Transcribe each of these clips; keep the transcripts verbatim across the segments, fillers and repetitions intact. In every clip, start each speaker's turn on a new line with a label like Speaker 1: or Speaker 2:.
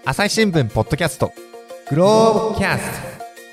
Speaker 1: 朝日新聞ポッドキャストグローブキャスト。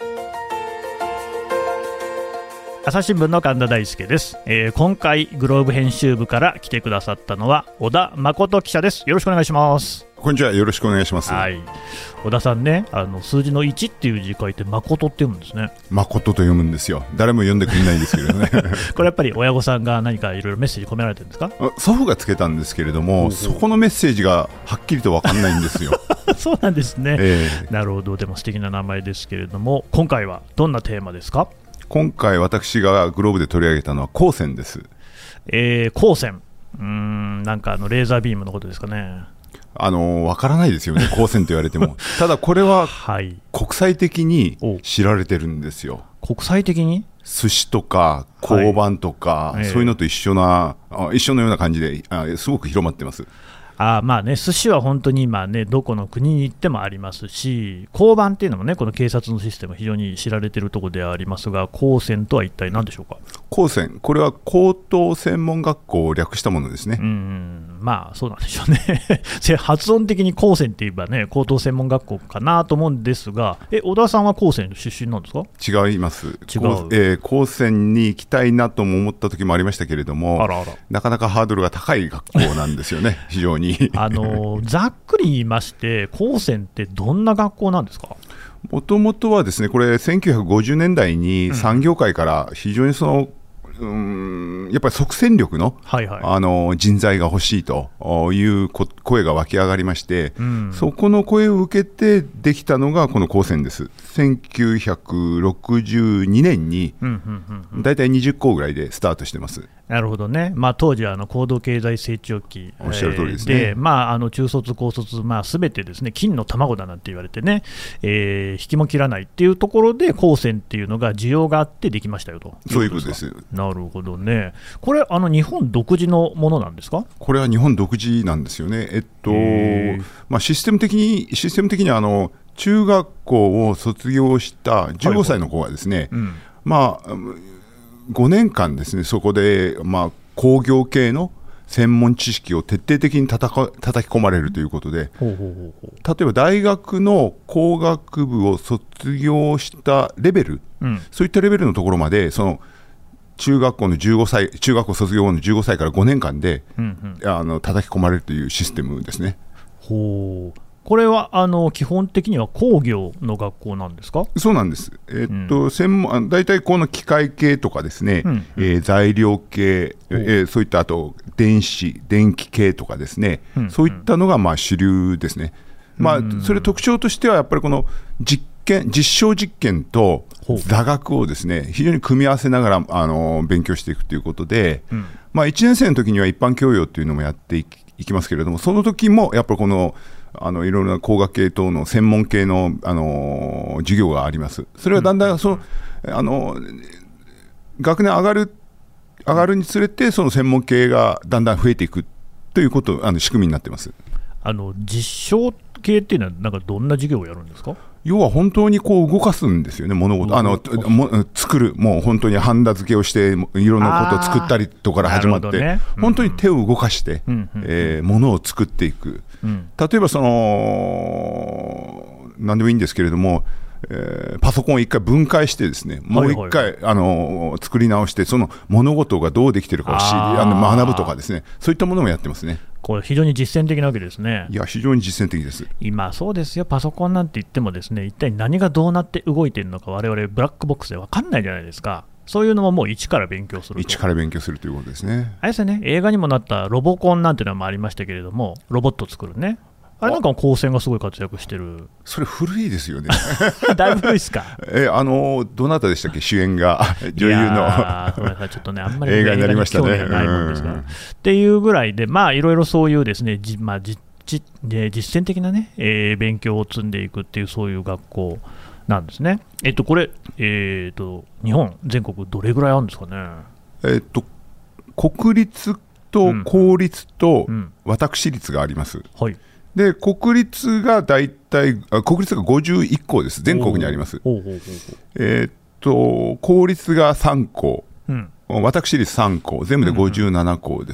Speaker 2: 朝日新聞の神田大輔です、えー、今回グローブ編集部から来てくださったのは小田誠記者です。よろしくお願いします。
Speaker 3: こんにちは、よろしくお願いします。
Speaker 2: はい、小田さんね、あの数字のいちっていう字書いて誠って読むんですね。
Speaker 3: 誠と読むんですよ。誰も読んでくれないんですけどね
Speaker 2: これやっぱり親御さんが何かいろいろメッセージ込められてるんですか？
Speaker 3: 祖父がつけたんですけれども、そこのメッセージがはっきりと分かんないんですよ
Speaker 2: そうなんですね、えー、なるほど。でも素敵な名前ですけれども、今回はどんなテーマですか？
Speaker 3: 今回私がグローブで取り上げたのは光線です。
Speaker 2: えー、光線、うーん、なんかあのレーザービームのことですかね。
Speaker 3: あの分からないですよね、光線と言われてもただこれは国際的に知られてるんですよ。
Speaker 2: 国際的に？
Speaker 3: 寿司とか交番とか、はい、そういうのと一緒な、えー、一緒のような感じですごく広まってます。
Speaker 2: あまあね、寿司は本当に今ね、どこの国に行ってもありますし、交番っていうのもね、この警察のシステム非常に知られているところではありますが、光線とは一体何でしょうか？
Speaker 3: 光線、これは高等専門学校を略したものですね。
Speaker 2: うん、まあそうなんでしょうね発音的に光線って言えばね、高等専門学校かなと思うんですが、え小田さんは光線出身なんですか？
Speaker 3: 違います。違う、
Speaker 2: え
Speaker 3: ー、光線に行きたいなとも思った時もありましたけれども、
Speaker 2: あらあら、
Speaker 3: なかなかハードルが高い学校なんですよね非常に
Speaker 2: あのざっくり言いまして、光線ってどんな学校なんですか？
Speaker 3: もともとはですね、これせんきゅうひゃくごじゅうねんだいに産業界から非常にその、うーん、やっぱり即戦力の、はいはい、あの人材が欲しいという声が湧き上がりまして、うん、そこの声を受けてできたのがこの光線です。せんきゅうひゃくろくじゅうにねんにだいたいにじゅっこうぐらいでスタートしてます。
Speaker 2: なるほどね、まあ、当時はあの高度経済成長期
Speaker 3: おっしゃる通りですね。
Speaker 2: で、まあ、あの中卒、高卒、まあ、全てですね、金の卵だなんて言われてね、えー、引きも切らないっていうところで光線っていうのが需要があってできましたよと。
Speaker 3: そういうことです。
Speaker 2: なるほどね。これあの日本独自のものなんですか？
Speaker 3: これは日本独自なんですよね。えっとまあ、システム的にシステム的にあの中学校を卒業したじゅうごさいの子がですね、はいはい、うん、まあごねんかんですね、そこで、まあ、工業系の専門知識を徹底的にたたか叩き込まれるということで、ほうほうほうほう、例えば大学の工学部を卒業したレベル、うん、そういったレベルのところまでその中学校のじゅうごさい、中学校卒業後のじゅうごさいからごねんかんで、うんうん、あの叩き込まれるというシステムですね。
Speaker 2: ほう、これはあの基本的には工業の学校なんですか？
Speaker 3: そうなんです。えーっとうん、専門大体この機械系とかですね、うんうん、えー、材料系、えー、そういったあと電子電気系とかですね、うんうん、そういったのがまあ主流ですね。まあ、それ特徴としてはやっぱりこの実験実証実験と座学をですね非常に組み合わせながらあの勉強していくということで、うん、まあ、いちねん生の時には一般教養というのもやっていき、いきますけれども、その時もやっぱりこのあのいろいろな工学系等の専門系の、あのー、授業があります。それはだんだんその、うん、あの学年上がる上がるにつれてその専門系がだんだん増えていくということあの仕組みになっています。
Speaker 2: あの実証系っていうのはなんかどんな授業をやるんですか？
Speaker 3: 要は本当にこう動かすんですよね、物事、あのも作る、もう本当にハンダ付けをしていろんなことを作ったりとかから始まって、ね、うん、本当に手を動かして、うんうん、えー、物を作っていく、うん、例えばその何でもいいんですけれども、えー、パソコンを一回分解してですね、もう一回、はいはい、あの作り直して、その物事がどうできているかを知りあの学ぶとかですね、そういったものもやってますね。
Speaker 2: これ非常に実践的なわけですね。
Speaker 3: いや、非常に実践的です。
Speaker 2: 今そうですよ、パソコンなんて言ってもですね、一体何がどうなって動いているのか我々ブラックボックスで分かんないじゃないですか。そういうのももう一から勉強すると。
Speaker 3: 一から勉強するということですね。
Speaker 2: あれですよね、映画にもなったロボコンなんていうのもありましたけれども、ロボット作るね、あれなんかも光線がすごい活躍してる。
Speaker 3: それ古いですよね
Speaker 2: だいぶ古いですか？
Speaker 3: えあのどなたでしたっけ、主演が女優の
Speaker 2: ごめんなさい、ちょっとね、あんまり
Speaker 3: 映画になりましたね。
Speaker 2: ないもんですが、うん、っていうぐらいで、まあいろいろそういうですね、じ、まあ、じじで実践的なね、えー、勉強を積んでいくっていう、そういう学校なんですね。えっとこれ、えー、と日本全国どれぐらいあるんですかね？
Speaker 3: えっと国立と公立と私立があります、うんうん、はい。で国立がだいたい国立がごじゅういっこうです。全国にあります。えー、っと公立がさんこう、うん、私立さんこう、全部でごじゅうななこうです、うん、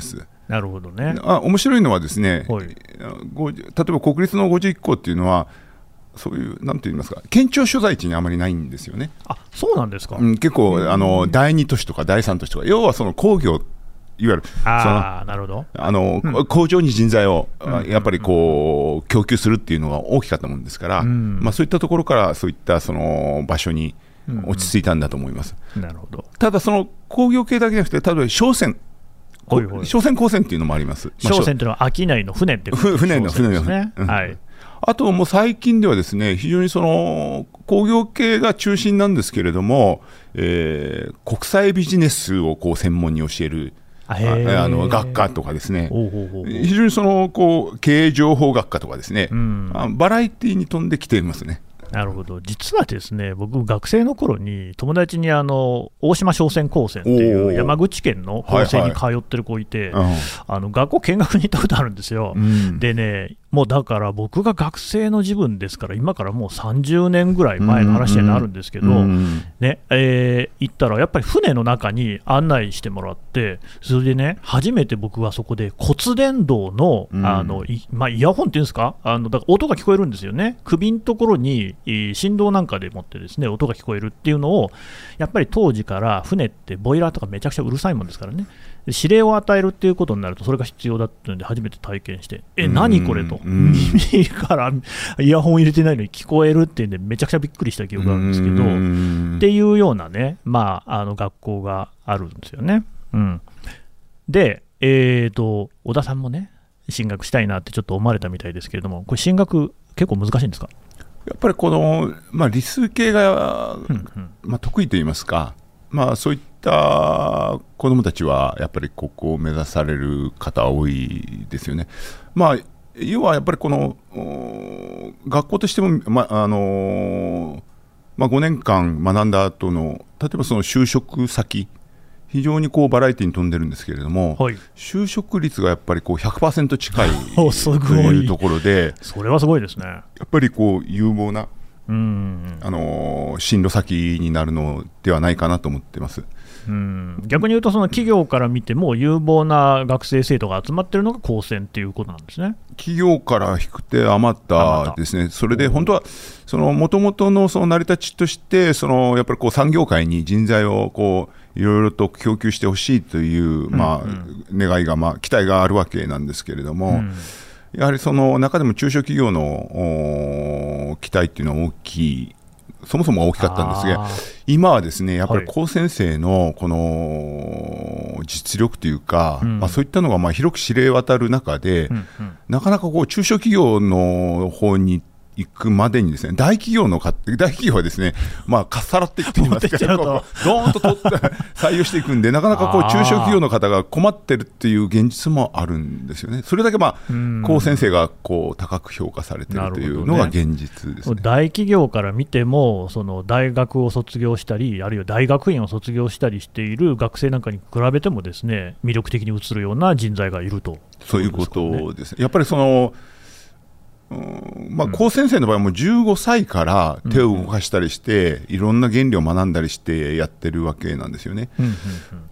Speaker 2: なるほどね。
Speaker 3: あ面白いのはですね、
Speaker 2: はい、
Speaker 3: ご例えば国立のごじゅっこうっていうのはそういうなんて言いますか県庁所在地にあまりないんですよね。
Speaker 2: あそうなんですか、
Speaker 3: うん、結構あのだいに都市とかだいさん都市とか要はその工業いわゆる
Speaker 2: あなるほど
Speaker 3: あの、
Speaker 2: うん、
Speaker 3: 工場に人材を、
Speaker 2: うん、
Speaker 3: やっぱりこう供給するっていうのが大きかったもんですから、うんまあ、そういったところからそういったその場所に落ち着いたんだと思います、
Speaker 2: うんうん、なるほど。た
Speaker 3: だその工業系だけじゃなくて例えば商船
Speaker 2: ほいほい
Speaker 3: 商船港船っていうのもあります。
Speaker 2: 商船っていうのは商いの船ってことですね。
Speaker 3: 船の船の船、うんはい、あともう最近ではですね非常にその工業系が中心なんですけれども、えー、国際ビジネスをこう専門に教えるあの学科とかですね、おうおうおう非常にそのこう経営情報学科とかですね、うん、バラエティに飛んできていますね。
Speaker 2: なるほど。実はですね僕学生の頃に友達にあの大島商船高専っていう山口県の高専に通ってる子いて、はいはい、あの学校見学に行ったことあるんですよ、うん、でねもうだから僕が学生の自分ですから今からもうさんじゅうねんぐらい前の話になるんですけど、うんうんねえー、行ったらやっぱり船の中に案内してもらってそれでね初めて僕はそこで骨伝導 の, あの、うんまあ、イヤホンっていうんですかあのだから音が聞こえるんですよね。首のところに振動なんかでもってですね音が聞こえるっていうのをやっぱり当時から船ってボイラーとかめちゃくちゃうるさいもんですからね指令を与えるっていうことになるとそれが必要だったので初めて体験してえ何これと耳からイヤホン入れてないのに聞こえるっていうんでめちゃくちゃびっくりした記憶があるんですけどっていうようなねまああの学校があるんですよね、うん、でえーと小田さんもね進学したいなってちょっと思われたみたいですけれどもこれ進学結構難しいんですか？
Speaker 3: やっぱりこの、まあ、理数系が、うんうんまあ、得意といいますか、まあ、そういった子どもたちはやっぱりここを目指される方多いですよね。まあ、要はやっぱりこの学校としても、まあのまあ、ごねんかん学んだ後の例えばその就職先非常にこうバラエティに富んでるんですけれども、はい、就職率がやっぱりこう ひゃくパーセント 近いというところで
Speaker 2: それはすごいですね。や
Speaker 3: っぱりこう有望な、うんあのー、進路先になるのではないかなと思ってます。
Speaker 2: うん逆に言うとその企業から見ても有望な学生生徒が集まっているのが高専っていうことなんですね。
Speaker 3: 企業から引くて余ったですね。それで本当はもともとのその成り立ちとしてそのやっぱりこう産業界に人材をこういろいろと供給してほしいという、まあうんうん、願いが、まあ、期待があるわけなんですけれども、うん、やはりその中でも中小企業の期待っていうのは大きいそもそも大きかったんですが今はですねやっぱり高専生のこの実力というか、はいまあ、そういったのがまあ広く知れ渡る中で、うんうん、なかなかこう中小企業の方に行くまでにですね大企業の大企業はですねまあかっさらっていくと言いますかドーンと取って採用していくんでなかなかこう中小企業の方が困ってるっていう現実もあるんですよね。それだけまあ高先生がこう高く評価されているというのが現実ですね。
Speaker 2: ね、大企業から見てもその大学を卒業したりあるいは大学院を卒業したりしている学生なんかに比べてもですね魅力的に映るような人材がいると、
Speaker 3: そういうことですね。やっぱりそのまあ、高専生の場合もじゅうごさいから手を動かしたりして、うん、いろんな原理を学んだりしてやってるわけなんですよね、うんうんうん、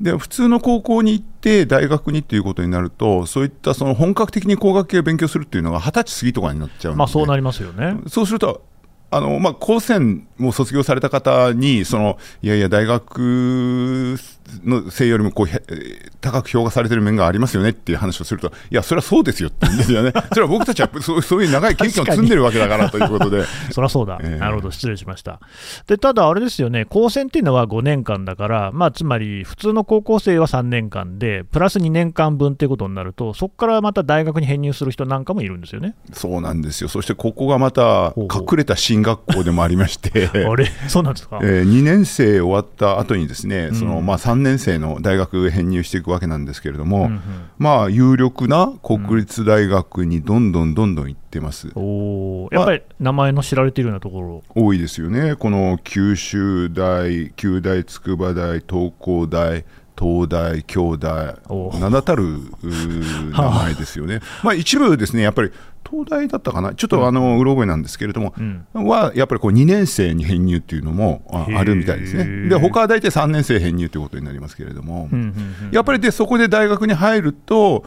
Speaker 3: で普通の高校に行って大学にということになるとそういったその本格的に工学系を勉強するっていうのがはたち過ぎとかになっちゃうので、
Speaker 2: まあ、そうなりますよね。
Speaker 3: そうするとあのまあ、高専を卒業された方にそのいやいや大学の生よりもこう高く評価されている面がありますよねっていう話をするといやそれはそうですよって言うんですよねそれは僕たちはそう、そういう長い経験を積んでるわけだからということで
Speaker 2: そりゃそうだ、えー、なるほど失礼しました。でただあれですよね高専っていうのはごねんかんだから、まあ、つまり普通の高校生はさんねんかんでプラスにねんかんぶんということになるとそこからまた大学に編入する人なんかもいるんですよね。
Speaker 3: そうなんですよ。そしてここがまた隠れた進学校でもありまして
Speaker 2: あれそうなんですか、
Speaker 3: えー、にねん生終わった後にですね、そのまあさんねん生の大学へ編入していくわけなんですけれども、うんうん、まあ有力な国立大学にどんどんどんどん行ってます、
Speaker 2: うん、おやっぱり名前の知られているようなところ
Speaker 3: 多いですよね。この九州大、九大、筑波大、東工大、東大、京大、名だたる名前ですよねまあ一部ですねやっぱり東大だったかなちょっとあのうろ覚えなんですけれども、うん、はやっぱりこうにねん生に編入っていうのも あ, あるみたいですね。で他は大体さんねん生編入ということになりますけれども、うんうんうん、やっぱりでそこで大学に入ると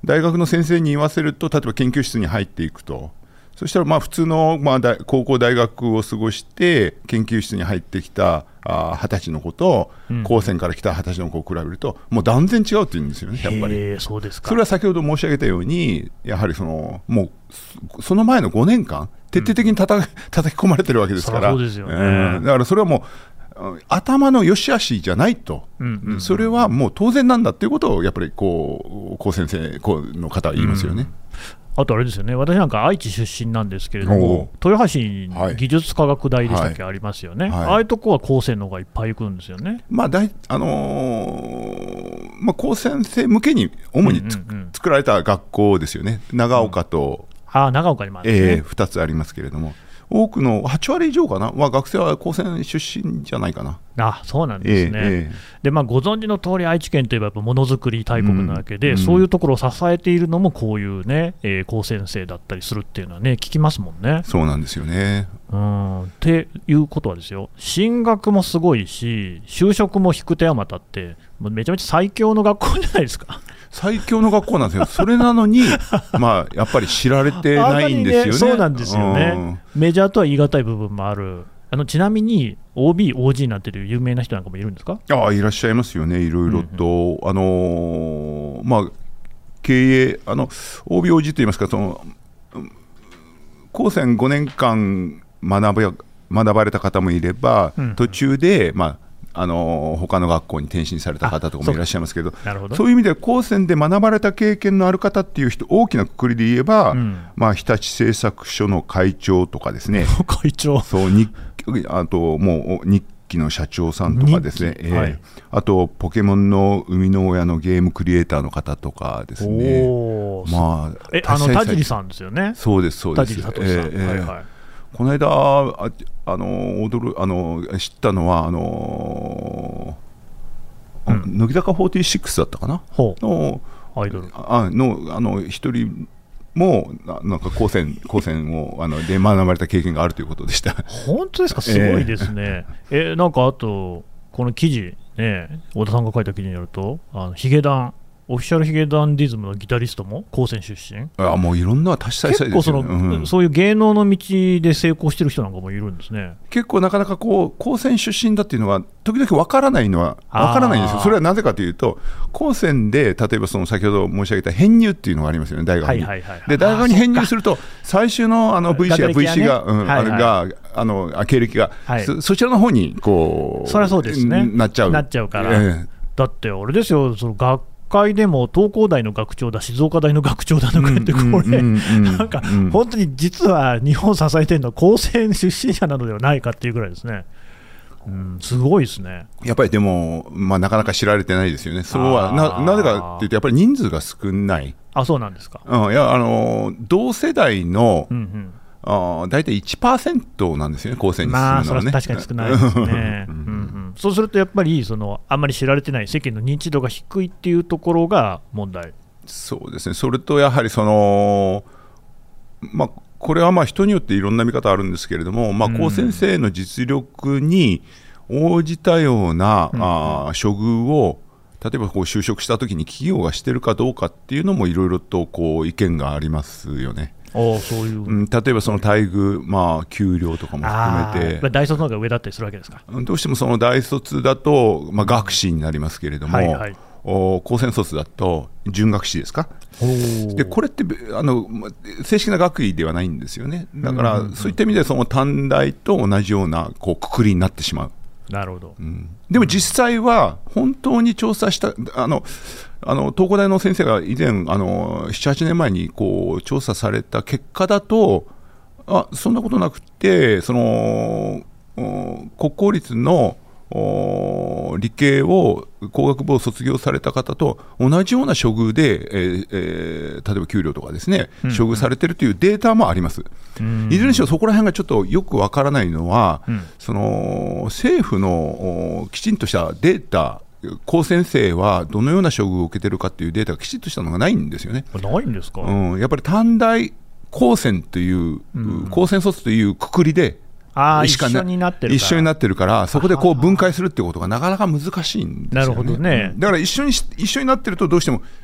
Speaker 3: 大学の先生に言わせると、例えば研究室に入っていくと、そしたらまあ普通のまあ大高校大学を過ごして研究室に入ってきたあ二十歳の子と、うん、高専から来た二十歳の子を比べるともう断然違うって言うんですよね、やっぱり。
Speaker 2: そうですか。
Speaker 3: それは先ほど申し上げたように、やはりそのもうその前のごねんかん徹底的にたた、うん、叩き込まれてるわけですから、
Speaker 2: そうですよね、
Speaker 3: うん、だからそれはもう頭の良し悪しじゃないと、うんうんうん、それはもう当然なんだっていうことをやっぱりこう高先生の方は言いますよね。うん、
Speaker 2: あとあれですよね、私なんか愛知出身なんですけれども、豊橋に技術科学大でしたっけ、はい、ありますよね、はい、ああいうとこは高専の方がいっぱい行くんですよね。
Speaker 3: まあだいあのーまあ、高専生向けに主につ、うんうんうん、作られた学校ですよね、長岡と、
Speaker 2: うん、あ長岡にもあるんですね、
Speaker 3: えー、ふたつありますけれども、多くのはち割以上かなは学生は高専出身じゃないかな。
Speaker 2: あそうなんですね、
Speaker 3: えーえー
Speaker 2: でまあ、ご存知の通り愛知県といえばやっぱものづくり大国なわけで、うん、そういうところを支えているのもこういう、ねえー、高専生だったりするっていうのはね聞きますもんね。
Speaker 3: そうなんですよね。
Speaker 2: うんっていうことはですよ、進学もすごいし就職も引く手あまたってめちゃめちゃ最強の学校じゃないですか。
Speaker 3: 最強の学校なんですよ。それなのにまあやっぱり知られてないんですよね。
Speaker 2: ねそうなんですよね、うん、メジャーとは言い難い部分もある。あのちなみに オービー、オージー なんていう有名な人なんかもいるんですか？
Speaker 3: ああいらっしゃいますよね、いろいろと、うんうん、あのー、まあ経営あの オービー、オージー といいますか、その高専ごねんかん学ば、学ばれた方もいれば、うんうん、途中でまああの他の学校に転身された方とかもいらっしゃいますけど、
Speaker 2: なるほど。
Speaker 3: そういう意味で高専で学ばれた経験のある方っていう人、大きなくくりで言えば、うん、まあ、日立製作所の会長とかですね
Speaker 2: 会長
Speaker 3: そう日あともう日記の社長さんとかですね、えーはい、あとポケモンの生みの親のゲームクリエイターの方とかですね、まあ、
Speaker 2: えあの田尻さんですよね。
Speaker 3: そうですそうです。
Speaker 2: 田尻聡さん、えーはいはい、
Speaker 3: この間ああの踊るあの知ったのはあのーうん、乃木坂フォーティーシックスだったかなの
Speaker 2: アイドル
Speaker 3: あのあの一人もなんか高専高専をあので学ばれた経験があるということでした。
Speaker 2: 本当ですか、すごいですね。えー、えなんかあとこの記事ね、太田さんが書いた記事によると、あのヒゲダンオフィシャルヒゲダンディズムのギタリストも高専出身。
Speaker 3: あもういろんな多種多彩ですよね。
Speaker 2: 結構その、うん、そういう芸能の道で成功してる人なんかもいるんですね。
Speaker 3: 結構なかなかこう高専出身だっていうのは時々わからないのはわからないんですよ。それはなぜかというと、高専で例えばその先ほど申し上げた編入っていうのがありますよね、大学に。はいはいはい、で大学に編入すると最終のあの ブイシー や ブイシー が、うん、はいはい、あれがあの経歴が、はい、そ, そちらの方にこう
Speaker 2: そりゃそうですね、
Speaker 3: なっちゃう
Speaker 2: なっちゃうから、えー、だってあれですよ、その学会でも東工大の学長だ静岡大の学長だとか言って、これなんか本当に実は日本を支えてるのは高専出身者なのではないかっていうぐらいですね。うん、すごいですね。
Speaker 3: やっぱりでも、まあ、なかなか知られてないですよね。それは な, なぜかというとやっぱり人数が少ない。
Speaker 2: あ、そうなんですか。
Speaker 3: うん、いやあの同世代の、うんうん、あ大体 いちパーセント なんですよね、高専に進むのはね。まあ、それは
Speaker 2: 確かに少ないですね。うんうん、そうするとやっぱりそのあんまり知られてない、世間の認知度が低いっていうところが問題。
Speaker 3: そうですね。それとやはりその、まあ、これはまあ人によっていろんな見方あるんですけれども、まあ、高専生の実力に応じたような、うん、あ処遇を例えばこう就職したときに企業がしてるかどうかっていうのもいろいろとこう意見がありますよね。
Speaker 2: あそういう、
Speaker 3: うん、例えばその待遇、まあ、給料とかも含めて
Speaker 2: 大卒の方が上だったりするわけですか。
Speaker 3: どうしてもその大卒だと、まあ、学士になりますけれども、はいはい、お高専卒だと準学士ですか。でこれってあの正式な学位ではないんですよね。だからそういった意味でその短大と同じようなこうくくりになってしまう。
Speaker 2: なるほど、
Speaker 3: うん、でも実際は本当に調査したあのあの東工大の先生が以前あのなな、はちねんまえにこう調査された結果だと、あそんなことなくて、その国公立の理系を工学部を卒業された方と同じような処遇で、えーえー、例えば給料とかですね、うんうん、処遇されているというデータもあります。いずれにしろそこら辺がちょっとよくわからないのは、うん、その政府のきちんとしたデータ、高専生はどのような処遇を受けているかというデータがきちんとしたのがないんですよね。
Speaker 2: ないんですか。
Speaker 3: うん、やっぱり短大高専という、うん、高専卒というくくりで
Speaker 2: あ一緒になってるから、
Speaker 3: 一緒になってるから、そこでこう分解するってことがなかなか難しいんですよね。
Speaker 2: なるほどね。
Speaker 3: だから一緒に一緒になってるとどうしても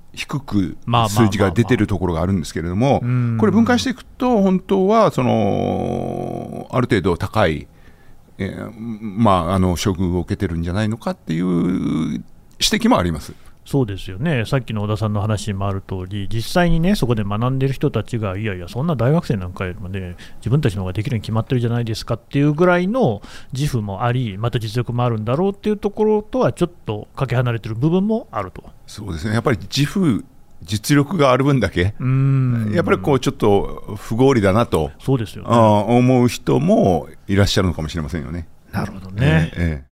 Speaker 3: 低く数字が出てるところがあるんですけれども、これ分解していくと本当はそのある程度高い、えーまあ、あの処遇を受けてるんじゃないのかっていう指摘もあります。
Speaker 2: そうですよね、さっきの小田さんの話にもある通り、実際にね、そこで学んでる人たちが、いやいや、そんな大学生なんかよりもね、自分たちの方ができるに決まってるじゃないですかっていうぐらいの自負もあり、また実力もあるんだろうっていうところとは、ちょっとかけ離れてる部分もあると。
Speaker 3: そうですね、やっぱり自負、実力がある分だけ、うんやっぱりこうちょっと不合理だなと、
Speaker 2: そうですよね、
Speaker 3: あ思う人もいらっしゃるのかもしれませんよね。
Speaker 2: なるほどね。えーえー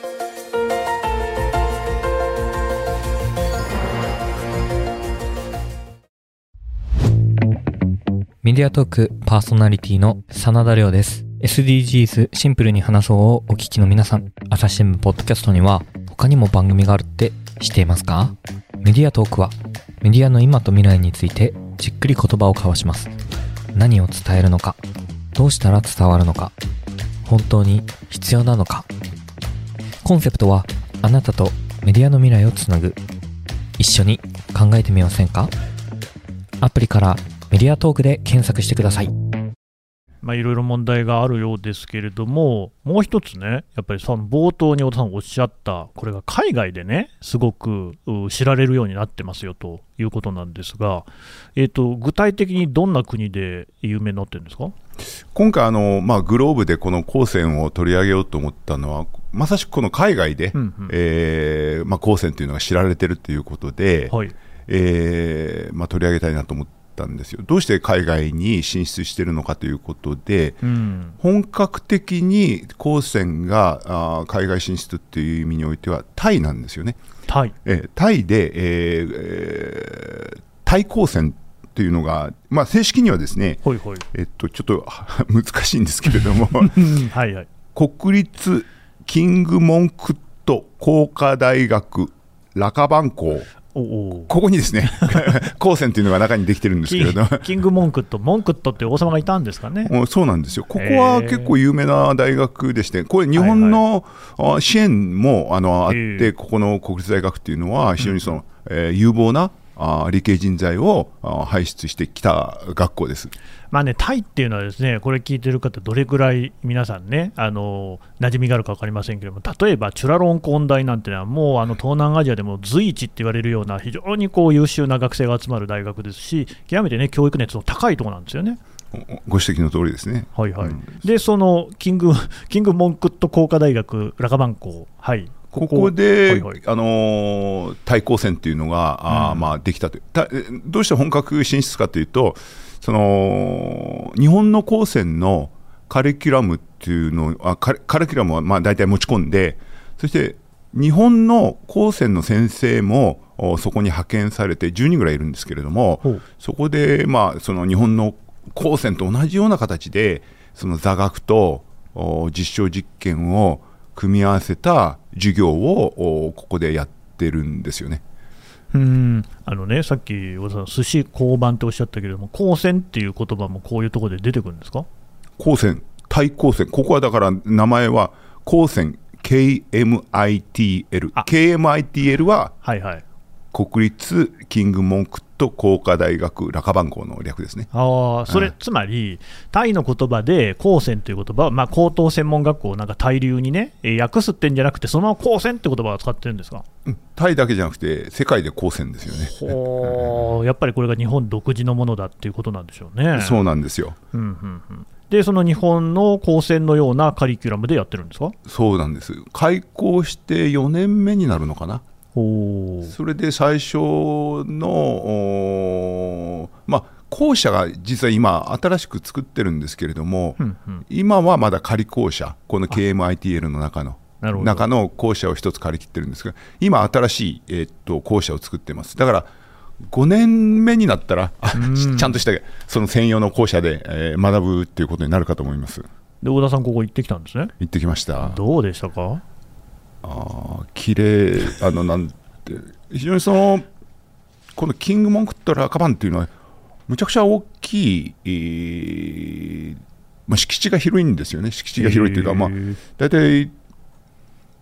Speaker 4: メディアトークパーソナリティの真田亮です。エスディージーズ シンプルに話そうをお聞きの皆さん、朝日新聞ポッドキャストには他にも番組があるって知っていますか？メディアトークはメディアの今と未来についてじっくり言葉を交わします。何を伝えるのか、どうしたら伝わるのか、本当に必要なのか。コンセプトはあなたとメディアの未来をつなぐ。一緒に考えてみませんか？アプリからメディアトークで検索してください。
Speaker 2: まあいろいろ問題があるようですけれども、もう一つね、やっぱりその冒頭に小田さんおっしゃった、これが海外でね、すごく知られるようになってますよということなんですが、えーと、具体的にどんな国で有名になってるんですか？
Speaker 3: 今回あの、まあ、グローブでこの高専を取り上げようと思ったのは、まさしくこの海外で、うんうんえーまあ、高専というのが知られてるということで、はいえーまあ、取り上げたいなと思ってたんですよ。どうして海外に進出しているのかということで、うん、本格的に高専があ海外進出という意味においてはタイなんですよね。
Speaker 2: タイ、
Speaker 3: えタイで、えーえー、タイ高専というのが、まあ、正式にはですね、ほいほいえっと、ちょっと難しいんですけれどもはい、はい、国立キングモンクット工科大学ラカバン校、おおここにですね高専というのが中にできてるんですけれど
Speaker 2: キ, キングモンクットモンクットって王様がいたんですかね。
Speaker 3: そうなんですよ。ここは結構有名な大学でして、これ日本の支援もあのあって、ここの国立大学っていうのは非常にその、うんえー、有望なあ理系人材を輩出してきた学校です。
Speaker 2: まあね、タイっていうのはですね、これ聞いてる方どれぐらい皆さんね、あの馴染みがあるか分かりませんけれども、例えばチュラロンコン大なんてのはもうあの東南アジアでも随一って言われるような非常にこう優秀な学生が集まる大学ですし、極めてね教育熱の高いところなんですよね。
Speaker 3: ご指摘の通りですね。
Speaker 2: はいはい。うん、でそのキングキングモンクット工科大学ラカバン校、はい。
Speaker 3: ここで、はいはいあのー、対抗戦というのが、うんまあ、できたというたどうして本格進出かというと、その日本の高専のカリキュラムっていうのあカリ、カリキュラムはまあ大体持ち込んで、そして日本の高専の先生もそこに派遣されてじゅうにんぐらいいるんですけれども、そこで、まあ、その日本の高専と同じような形でその座学と実証実験を組み合わせた授業をここでやってるんですよね。
Speaker 2: うんあのね、さっき小田さん寿司交番っておっしゃったけれども、高専っていう言葉もこういうところで出てくるんですか？
Speaker 3: 高専、対高専、ここはだから名前は高専 ケーエムアイティーエル、 ケーエムアイティーエル は、はいはい、国立キングモンクット工科大学ラカバン校の略ですね。
Speaker 2: あそれ、うん、つまりタイの言葉で高専という言葉は、まあ、高等専門学校なんかタイ流にね訳すってんじゃなくて、そのまま高専って言葉を使ってるんですか？
Speaker 3: うん、タイだけじゃなくて世界で高専ですよね。
Speaker 2: ほやっぱりこれが日本独自のものだっていうことなんでしょうね。
Speaker 3: そうなんですよ。
Speaker 2: うんうんうん、でその日本の高専のようなカリキュラムでやってるんですか？
Speaker 3: そうなんです。開校してよねんめになるのかな。それで最初の、まあ、校舎が実は今新しく作ってるんですけれども、うんうん、今はまだ仮校舎、この ケーエムアイティーエル の中の中の校舎を一つ借り切ってるんですが、今新しい、えー、っと校舎を作ってます。だからごねんめになったらちゃんとしたその専用の校舎で、えー、学ぶっていうことになるかと思います。
Speaker 2: で小田さんここ行ってきたんですね。
Speaker 3: 行ってきました。
Speaker 2: どうでしたか？
Speaker 3: あ綺麗あのなんて非常にそのこのキングモンクットラカバンっていうのはむちゃくちゃ大きい、えーまあ、敷地が広いんですよね。敷地が広いというか、まあ、大体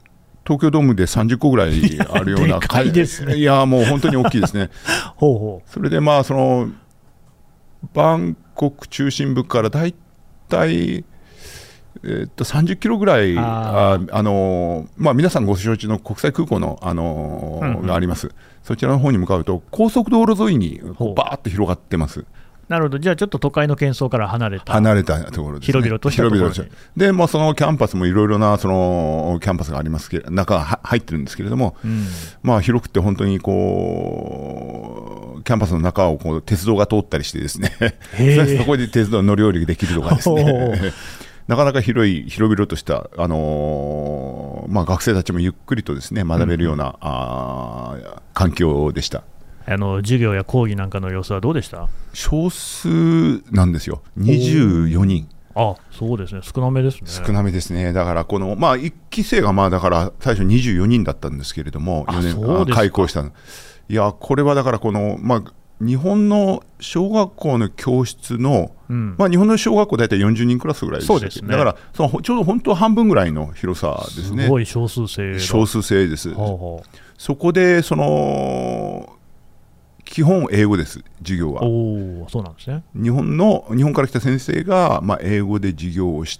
Speaker 3: 東京ドームでさんじゅっこぐらいあるような
Speaker 2: でかいですね。
Speaker 3: いやもう本当に大きいですね
Speaker 2: ほうほう。
Speaker 3: それでまあそのバンコク中心部からだいたいえー、っとさんじゅっキロぐらい、ああのーまあ、皆さんご承知の国際空港の、あのーうんうん、があります。そちらの方に向かうと高速道路沿いにこうバーッと広がってます。
Speaker 2: なるほど。じゃあちょっと都会の喧騒から離れた
Speaker 3: 離れたところですね。
Speaker 2: 広々としたところに。
Speaker 3: で、まあ、そのキャンパスもいろいろなそのキャンパスがありますけど、中が入ってるんですけれども、うん、まあ、広くて本当にこうキャンパスの中をこう鉄道が通ったりしてですねそこで鉄道乗り降りできるとかですねなかなか広い広々とした、あのーまあ、学生たちもゆっくりとですね学べるような、うん、あ環境でした。
Speaker 2: あの授業や講義なんかの様子はどうでした？
Speaker 3: 少数なんですよ、にじゅうよにん。
Speaker 2: あ、そうですね、少なめですね。
Speaker 3: 少なめですね。だからこの、まあ、いっき生がまあだから最初にじゅうよにんだったんですけれども、よねん開校したの。いやこれはだからこの、まあ、日本の小学校の教室の、うんまあ、日本の小学校大体よんじゅうにんクラスぐらいでした。
Speaker 2: そうですね。
Speaker 3: だからそのちょうど本当半分ぐらいの広さですね。
Speaker 2: すごい少数制。
Speaker 3: 少数制です。
Speaker 2: ほうほう。
Speaker 3: そこでその基本英語です、授業は。
Speaker 2: おー、そうなんですね。
Speaker 3: 日本の日本から来た先生が、まあ、英語で授業をして、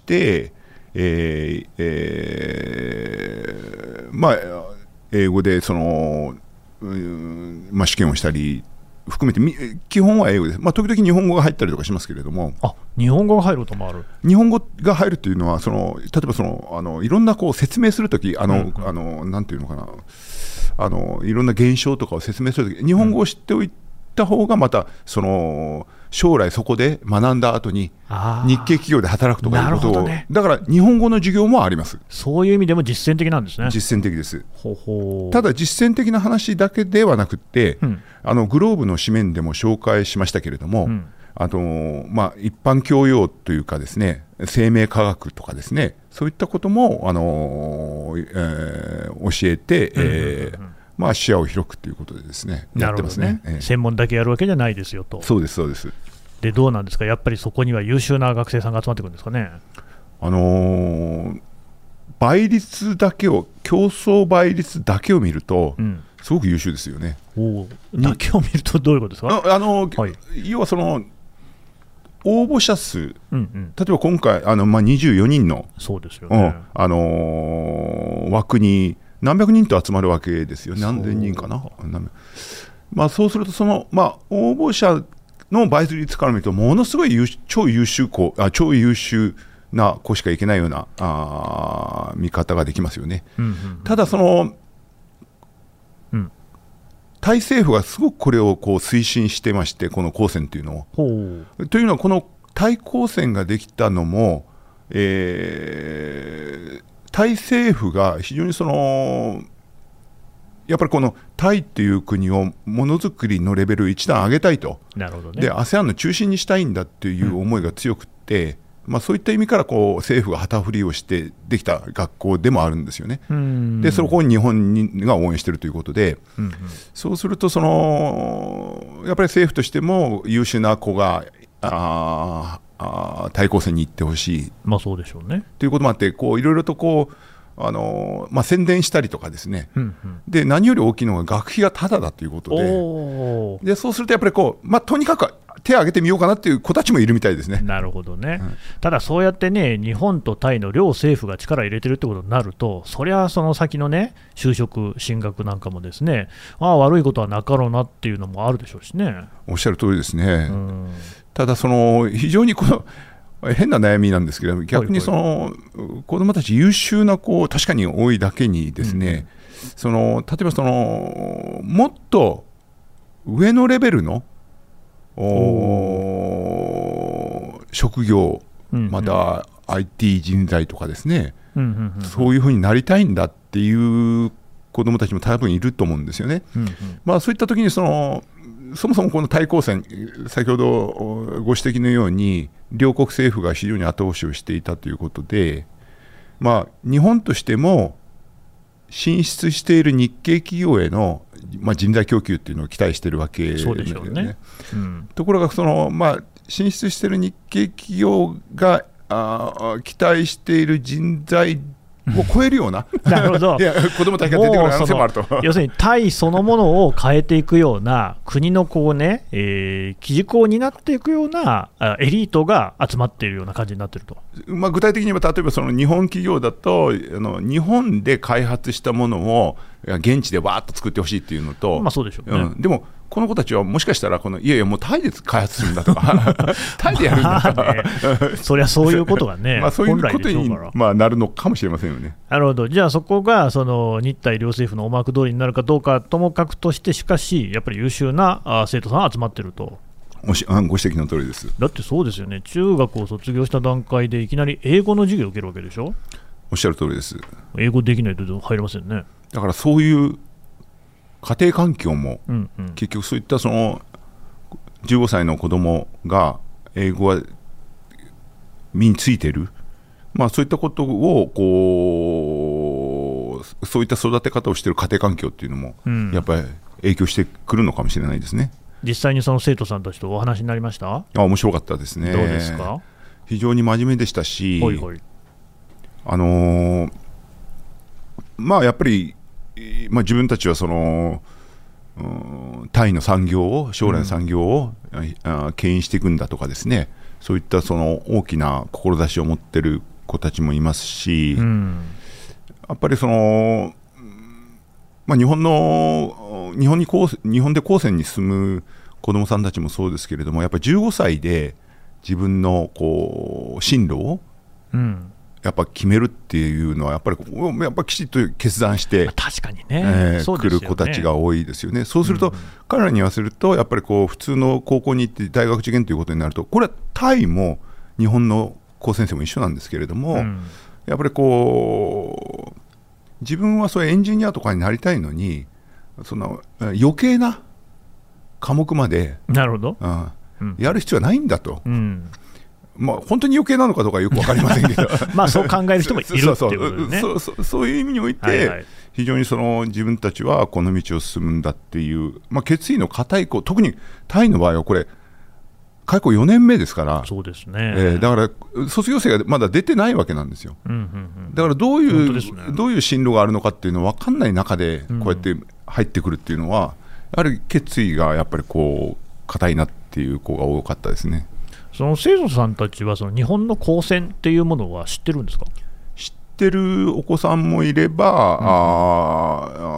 Speaker 3: えーえーまあ、英語でその、うんまあ、試験をしたり含めて基本は英語です。まあ、時々日本語が入ったりとかしますけれども。
Speaker 2: あ、日本語が入ることもある。
Speaker 3: 日本語が入るというのはその例えばそのあのいろんなこう説明するとき、あの、うんうん、あのなんていうのかな、あのいろんな現象とかを説明するとき、日本語を知っておいた方がまたその将来そこで学んだ後に日系企業で働くとかいうことを、ね、だから日本語の授業もあります。
Speaker 2: そういう意味でも実践的なんですね。
Speaker 3: 実践的です。
Speaker 2: ほほ
Speaker 3: ただ実践的な話だけではなくて、うん、あのグローブの紙面でも紹介しましたけれども、うんあのまあ、一般教養というかですね、生命科学とかですね、そういったことも、あのーえー、教えて、えーまあ、視野を広くということでですね、やってますね。
Speaker 2: えー、専門だけやるわけじゃないですよと。
Speaker 3: そうですそうです。
Speaker 2: でどうなんですか、やっぱりそこには優秀な学生さんが集まってくるんですかね。
Speaker 3: あのー、倍率だけを競争倍率だけを見ると、うんすごく優秀ですよね。
Speaker 2: おだけを見るとどういうことですか。
Speaker 3: ああの、はい、要はその応募者数、うんうん、例えば今回あの、まあ、にじゅうよにんの
Speaker 2: そうですよね、
Speaker 3: うんあのー、枠に何百人と集まるわけですよ。何千人かな。まあ、そうするとその、まあ、応募者の倍率から見るとものすごい優超優秀校あ超優秀な子しかいけないようなあ見方ができますよね。うんうんうん、ただそのうん、タイ政府がすごくこれをこう推進してまして、この高専というのを。というのはこのタイ高専ができたのも、えー、タイ政府が非常にそのやっぱりこのタイっていう国をものづくりのレベルを一段上げたいと。
Speaker 2: なるほどね。
Speaker 3: で アセアン の中心にしたいんだっていう思いが強くて、うんまあ、そういった意味からこう政府が旗振りをしてできた学校でもあるんですよね。でそこを日本が応援しているということで、うんうん、そうするとそのやっぱり政府としても優秀な子がああ対抗戦に行ってほしい、
Speaker 2: まあ、そうでしょうね
Speaker 3: ということもあってこういろいろとこうあのまあ、宣伝したりとかですね、うんうん、で何より大きいのが学費がタダだということ で, でそうするとやっぱりこう、まあ、とにかく手を挙げてみようかなっていう子たちもいるみたいですね。
Speaker 2: なるほどね、うん、ただそうやってね日本とタイの両政府が力を入れてるってことになるとそりゃその先のね就職進学なんかもですねああ悪いことはなかろうなっていうのもあるでしょうしね。
Speaker 3: おっしゃる通りですね、うん、ただその非常にこの変な悩みなんですけど逆にその子どもたち優秀な子確かに多いだけにですね、うん、その例えばそのもっと上のレベルの職業、うんうん、また アイティー 人材とかですね、うんうんうん、そういうふうになりたいんだっていう子どもたちも多分いると思うんですよね、うんうんまあ、そういった時にそのそもそもこのタイ高専先ほどご指摘のように両国政府が非常に後押しをしていたということで、まあ、日本としても進出している日系企業への、まあ、人材供給というのを期待しているわけですよね。そうでしょうね、うん、ところがその、まあ、進出している日系企業があ期待している人材を超えるような
Speaker 2: なるほど
Speaker 3: いや子どもたちが出てくる可能性もあると。
Speaker 2: 要するにタイそのものを変えていくような国のこう、ねえー、基軸を担っていくようなエリートが集まっているような感じになっていると、
Speaker 3: まあ、具体的に言えば例えばその日本企業だとあの日本で開発したものを現地でわーっと作ってほしいっていうのと、
Speaker 2: まあそうでしょうね、
Speaker 3: うん、でもこの子たちはもしかしたらこのいやいやもうタイで開発するんだとかタイでやるんだとか、
Speaker 2: まあね、そりゃそういうことがね
Speaker 3: まあそういうこと
Speaker 2: 本来でしょう
Speaker 3: に、
Speaker 2: から
Speaker 3: まあ、なるのかもしれませんよね。
Speaker 2: なるほど、じゃあそこがその日泰両政府の思惑通りになるかどうかともかくとして、しかしやっぱり優秀なあ生徒さんが集まってると。
Speaker 3: おしご指摘の通りです。
Speaker 2: だってそうですよね、中学を卒業した段階でいきなり英語の授業を受けるわけでしょ。
Speaker 3: おっしゃる通りです。
Speaker 2: 英語できないと入れませんね。
Speaker 3: だからそういう家庭環境も、
Speaker 2: うんうん、
Speaker 3: 結局そういったそのじゅうごさいの子供が英語が身についてる、まあ、そういったことをこうそういった育て方をしている家庭環境っていうのも、うん、やっぱり影響してくるのかもしれないですね。
Speaker 2: 実際にその生徒さんたちとお話になりました？
Speaker 3: あ、面白かったですね。
Speaker 2: どうですか？
Speaker 3: 非常に真面目でしたし、
Speaker 2: ほいほい、
Speaker 3: あのー、まあやっぱり、まあ、自分たちはそのタイの産業を将来の産業を、うん、牽引していくんだとかですね、そういったその大きな志を持っている子たちもいますし、うん、やっぱりその、まあ、日本の日本に高日本で高専に住む子どもさんたちもそうですけれども、やっぱりじゅうごさいで自分のこう進路を、うんやっぱ決めるっていうのはやっぱりやっぱきちっと決断して
Speaker 2: 確かにね、
Speaker 3: えー、来る子たちが多いですよね。そうすると、うん、彼らに言わせるとやっぱりこう普通の高校に行って大学受験ということになると、これはタイも日本の高専生も一緒なんですけれども、うん、やっぱりこう自分はそういうエンジニアとかになりたいのにその余計な科目まで
Speaker 2: なるほど、
Speaker 3: うんうん、やる必要はないんだと、
Speaker 2: うん
Speaker 3: まあ、本当に余計なのかどうかよく分かりませんけど
Speaker 2: まあそう考える人もいるっていうことですね。
Speaker 3: そうそうそうそういう意味において、はいはい、非常にその自分たちはこの道を進むんだっていう、まあ、決意の固い子、特にタイの場合はこれ開校よねんめですから、
Speaker 2: そうですね、
Speaker 3: えー、だから卒業生がまだ出てないわけなんですよ、うんうんうん、だからどういう、ね、どういう進路があるのかっていうの分かんない中でこうやって入ってくるっていうのは、やはり決意がやっぱりこう固いなっていう子が多かったですね。
Speaker 2: その生徒さんたちはその日本の高専っていうものは知ってるんですか？
Speaker 3: 知ってるお子さんもいれば、うん、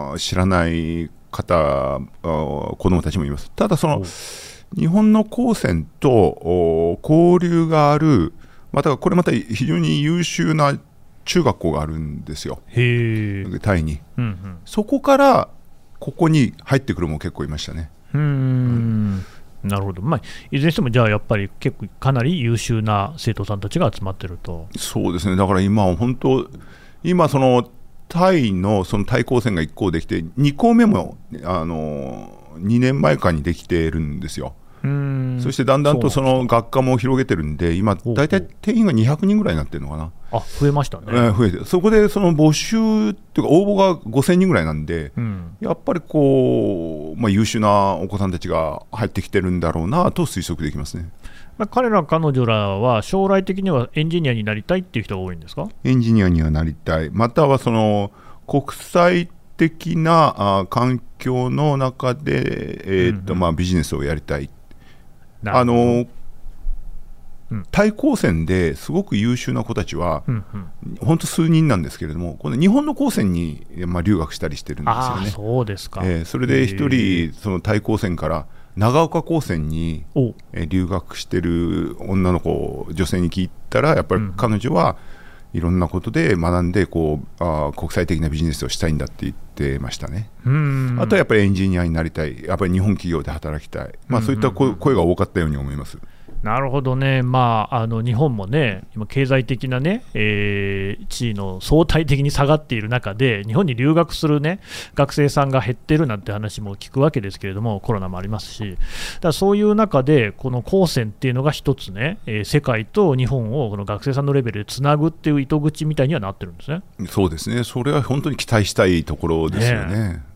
Speaker 3: あ知らない方子どもたちもいます。ただその日本の高専と交流がある、またこれまた非常に優秀な中学校があるんですよ、
Speaker 2: へ
Speaker 3: タイに、
Speaker 2: うんうん、
Speaker 3: そこからここに入ってくるも結構いましたね。
Speaker 2: うーん、うんなるほど、まあ、いずれにしてもじゃあやっぱり結構かなり優秀な生徒さんたちが集まってると。
Speaker 3: そうですね、だから今は本当今そのタイのそのタイ高専がいっ校できてに校目もあのにねんまえかにできてるんですよ。うーん、そしてだんだんとその学科も広げてるんで今大体定員がにひゃくにんぐらいになってるのかな。
Speaker 2: あ、増えましたね、
Speaker 3: えー、増えて、そこでその募集っていうか応募がごせんにんぐらいなんで、うん、やっぱりこう、まあ、優秀なお子さんたちが入ってきてるんだろうなと推測できますね。
Speaker 2: まあ、彼ら彼女らは将来的にはエンジニアになりたいっていう人が多いんですか？
Speaker 3: エンジニアにはなりたい、またはその国際的なあ環境の中で、えーっとうんうんまあ、ビジネスをやりたい。あのうん、タイ高専ですごく優秀な子たちは、うんうん、本当数人なんですけれども、この日本の高専に、まあ、留学したりしてるんですよね。
Speaker 2: あ、そうですか、
Speaker 3: えー、それで一人そのタイ高専から長岡高専に、えー、留学してる女の子女性に聞いたら、やっぱり彼女はいろんなことで学んでこうあ国際的なビジネスをしたいんだって言ってましたね。うん、あとはやっぱりエンジニアになりたい、やっぱり日本企業で働きたい、まあ、そういった声が多かったように思います。
Speaker 2: なるほどね、まあ、あの日本もね、今、経済的な、ねえー、地位の相対的に下がっている中で、日本に留学する、ね、学生さんが減ってるなんて話も聞くわけですけれども、コロナもありますし、だからそういう中で、この高専っていうのが一つね、えー、世界と日本をこの学生さんのレベルでつなぐっていう糸口みたいにはなってるんですね。
Speaker 3: そうですね、それは本当に期待したいところですよね。ね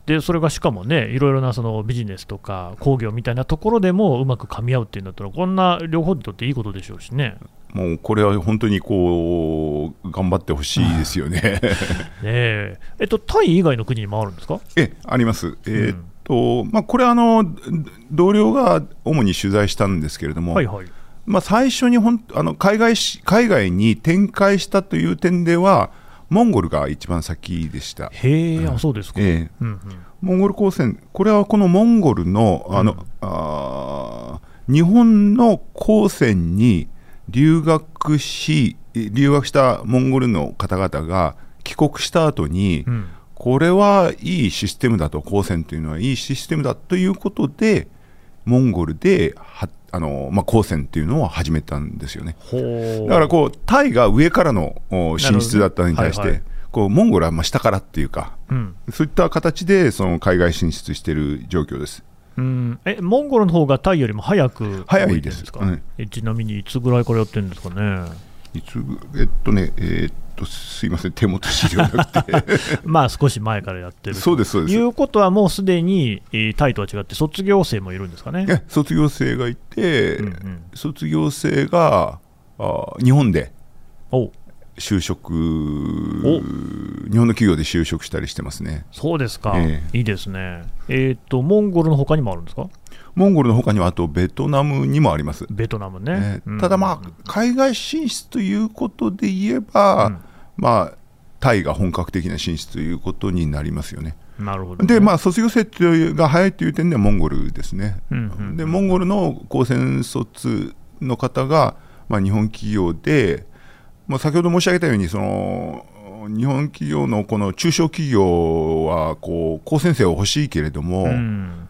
Speaker 2: でそれがしかもね、いろいろなそのビジネスとか工業みたいなところでもうまく噛み合うっていうんだったら、こんな両方にとっていいことでしょうしね。
Speaker 3: もうこれは本当にこう頑張ってほしいですよね。ね
Speaker 2: ええっと、タイ以外の国にもあるんですか？
Speaker 3: えあります。えーっとまあ、これはあの同僚が主に取材したんですけれども、
Speaker 2: はいはい、
Speaker 3: まあ、最初にほんあの海外し海外に展開したという点ではモンゴルが一番先でした。
Speaker 2: へえ、うん、あ、そうですか。えーうんうん、
Speaker 3: モンゴル高専、これはこのモンゴルの、あの、うん、あ日本の高専に留学し留学したモンゴルの方々が帰国した後に、うん、これはいいシステムだと、高専というのはいいシステムだということでモンゴルではあの、まあ、高専というのを始めたんですよね。だからこうタイが上からの進出だったのに対して、はいはい、こうモンゴルはまあ下からっていうか、うん、そういった形でその海外進出している状況です。
Speaker 2: うん、えモンゴルの方がタイよりも早く
Speaker 3: 早いですか、うん、
Speaker 2: えちなみにいつぐらいからやってるんですかね。
Speaker 3: いつえっとねえー、っとすいません、手元資料なくて
Speaker 2: まあ少し前からやってる
Speaker 3: そうですそうです。
Speaker 2: いうことはもうすでに、えー、タイとは違って卒業生もいるんですかね。
Speaker 3: え卒業生がいて、うんうん、卒業生があ日本で就職、日本の企業で就職したりしてますね。
Speaker 2: そうですか、えー、いいですね。えー、っとモンゴルの他にもあるんですか？
Speaker 3: モンゴルの他にはあとベトナムにもあります。
Speaker 2: ベトナムね、
Speaker 3: えー、ただまあ海外進出ということで言えば、うん、まあタイが本格的な進出ということになりますよね。
Speaker 2: なるほどね。
Speaker 3: でまあ卒業生が早いという点ではモンゴルですね、うんうんうん、でモンゴルの高専卒の方が、まあ、日本企業で、まあ、先ほど申し上げたようにその日本企業のこの中小企業はこう高専生を欲しいけれども、うん、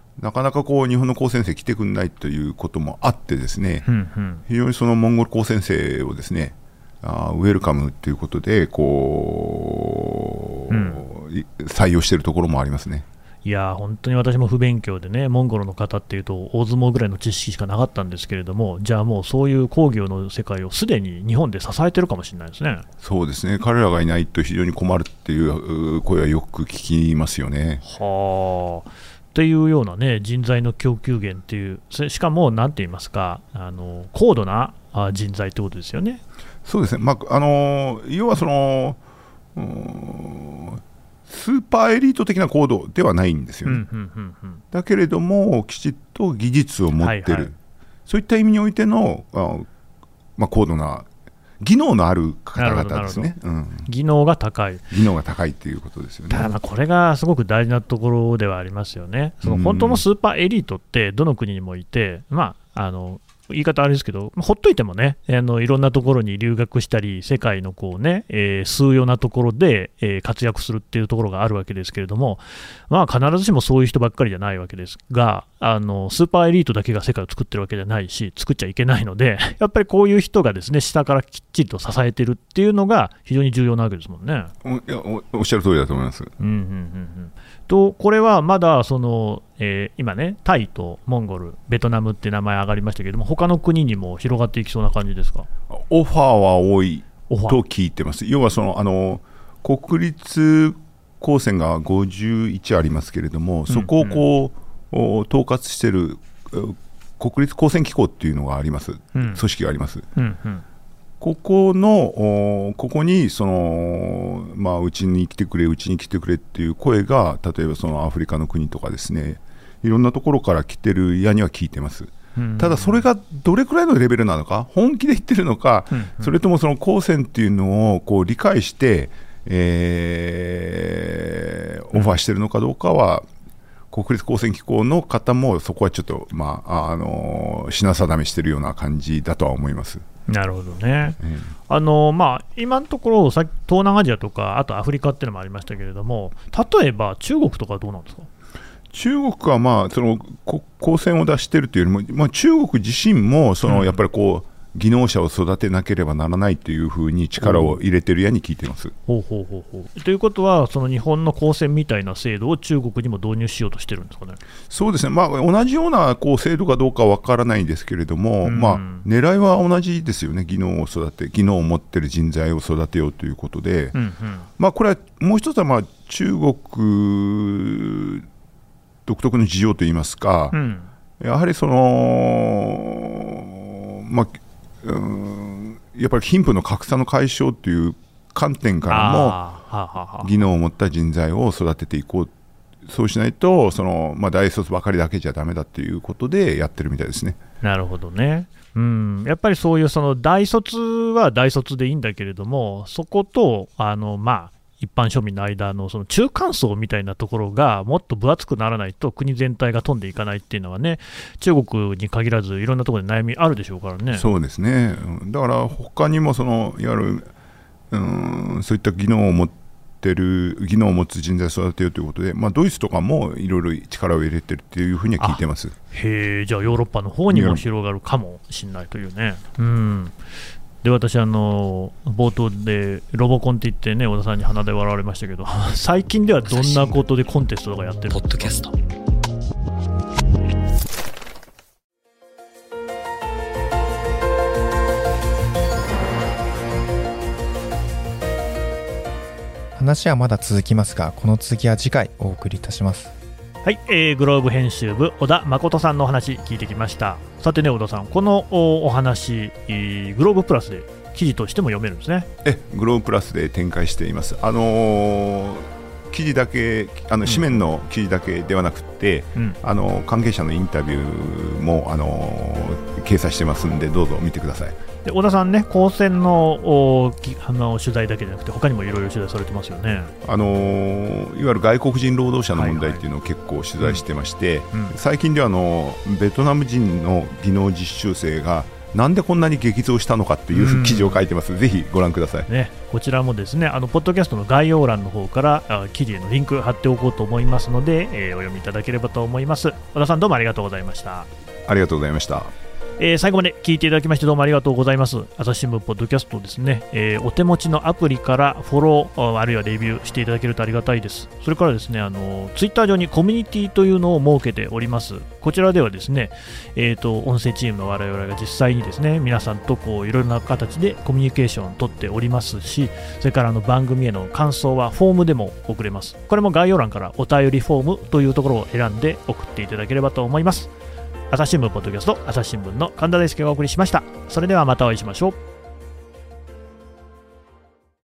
Speaker 3: なかなかこう日本の高専生来てくれないということもあってですね、うんうん、非常にそのモンゴル高専生をですねあウェルカムということでこう、うん、採用しているところもありますね。
Speaker 2: いや本当に私も不勉強でね、モンゴルの方っていうと大相撲ぐらいの知識しかなかったんですけれども、じゃあもうそういう工業の世界をすでに日本で支えてるかもしれないですね。
Speaker 3: そうですね、彼らがいないと非常に困るっていう声はよく聞きますよね。
Speaker 2: はあ、っていうようなね人材の供給源っていう、しかも何て言いますか、あの高度な人材ってことですよね。
Speaker 3: そうですね、まあ、あの要はそのスーパーエリート的な高度ではないんですよね、うんうんうんうん、だけれどもきちっと技術を持ってる、はいはい、そういった意味においてのあ、まあ、高度な技能のある方々ですね、うん、
Speaker 2: 技能が高い
Speaker 3: 技能が高いということですよね。
Speaker 2: ただまあこれがすごく大事なところではありますよね。その本当のスーパーエリートってどの国にもいて、まああの言い方あれですけど、ほっといてもね、あのいろんなところに留学したり、世界のこう、ねえー、数要なところで、えー、活躍するっていうところがあるわけですけれども、まあ、必ずしもそういう人ばっかりじゃないわけですが、あのスーパーエリートだけが世界を作ってるわけじゃないし、作っちゃいけないので、やっぱりこういう人がですね下からきっちりと支えてるっていうのが非常に重要なわけですもんね。
Speaker 3: お, いや お, おっしゃる通りだと思います。うんうんうん
Speaker 2: うんとこれはまだその、えー、今ね、タイとモンゴル、ベトナムって名前上がりましたけれども、他の国にも広がっていきそうな感じですか？
Speaker 3: オファーは多いと聞いてます。要はそのあの国立高専がごじゅういちありますけれども、そこをこう、うんうん、統括している国立高専機構っていうのがあります、うん、組織があります、うんうん、ここのここにその、まあ、うちに来てくれうちに来てくれっていう声が例えばそのアフリカの国とかですね、いろんなところから来てるやには聞いてます。ただそれがどれくらいのレベルなのか、本気で言ってるのか、うんうん、それともその高専っていうのをこう理解して、えー、オファーしてるのかどうかは、国立高専機構の方もそこはちょっと、まあ、あの品定めしてるような感じだとは思います。
Speaker 2: なるほどね、うん、あのまあ、今のところさ東南アジアとかあとアフリカっていうのもありましたけれども、例えば中国とかどうなんですか？
Speaker 3: 中国はまあその光線を出しているというよりも、まあ、中国自身もそのやっぱりこう技能者を育てなければならないというふうに力を入れてるやに聞いています。
Speaker 2: ほうほうほうほう。ということは、その日本の高専みたいな制度を中国にも導入しようとしてるんですかね。
Speaker 3: そうですね、まあ、同じようなこう制度かどうかわからないんですけれども、
Speaker 2: うん
Speaker 3: まあ、狙いは同じですよね。技能を育て、技能を持っている人材を育てようということで、うんうん、まあ、これはもう一つは、まあ、中国独特の事情といいますか、うん、やはりその、まあ、うんやっぱり貧富の格差の解消という観点からもはは技能を持った人材を育てていこう、そうしないとその、まあ、大卒ばかりだけじゃダメだということでやってるみたいですね。
Speaker 2: なるほどね。うん、やっぱりそういうその大卒は大卒でいいんだけれども、そことあの、まあ、一般庶民の間のその中間層みたいなところがもっと分厚くならないと国全体が飛んでいかないっていうのはね、中国に限らずいろんなところで悩みあるでしょうからね。
Speaker 3: そうですね。だから他にもそのいわゆるうんそういった技能を持ってる技能を持つ人材を育てようということで、まあ、ドイツとかもいろいろ力を入れてるっていうふうには聞いてます。
Speaker 2: へえ、じゃあヨーロッパの方にも広がるかもしれないというね。うんで私あの冒頭でロボコンって言ってね、小田さんに鼻で笑われましたけど最近ではどんなことでコンテストとかやってる
Speaker 4: ポッドキャスト。
Speaker 1: 話はまだ続きますが、この続きは次回お送りいたします。
Speaker 2: はい、えー、グローブ編集部小田誠さんのお話聞いてきました。さてね、小田さん、この お, お話グローブプラスで記事としても読めるんですね。
Speaker 3: えグローブプラスで展開しています。あのー、記事だけあの紙面の記事だけではなくて、うん、あの関係者のインタビューも、あのー、掲載してますんで、どうぞ見てください。
Speaker 2: で小田さんね、高専 の, あの取材だけじゃなくて他にもいろいろ取材されてますよね。
Speaker 3: あのー、いわゆる外国人労働者の問題っていうのを結構取材してまして、はいはいうん、最近ではあのベトナム人の技能実習生がなんでこんなに激増したのかっていう記事を書いてます。ぜひご覧ください、
Speaker 2: ね、こちらもですね、あのポッドキャストの概要欄の方から記事へのリンク貼っておこうと思いますので、えー、お読みいただければと思います。小田さん、どうもありがとうございました。
Speaker 3: ありがとうございました。
Speaker 2: えー、最後まで聞いていただきましてどうもありがとうございます。朝日新聞ポッドキャストですね、えー、お手持ちのアプリからフォローあるいはレビューしていただけるとありがたいです。それからですね、あのツイッター上にコミュニティというのを設けております。こちらではですね、えーと、音声チームの我々が実際にですね、皆さんとこういろいろな形でコミュニケーションを取っておりますし、それからあの番組への感想はフォームでも送れます。これも概要欄からお便りフォームというところを選んで送っていただければと思います。朝日新聞ポッドキャスト、朝日新聞の神田大輔がお送りしました。それではまたお会いしましょう。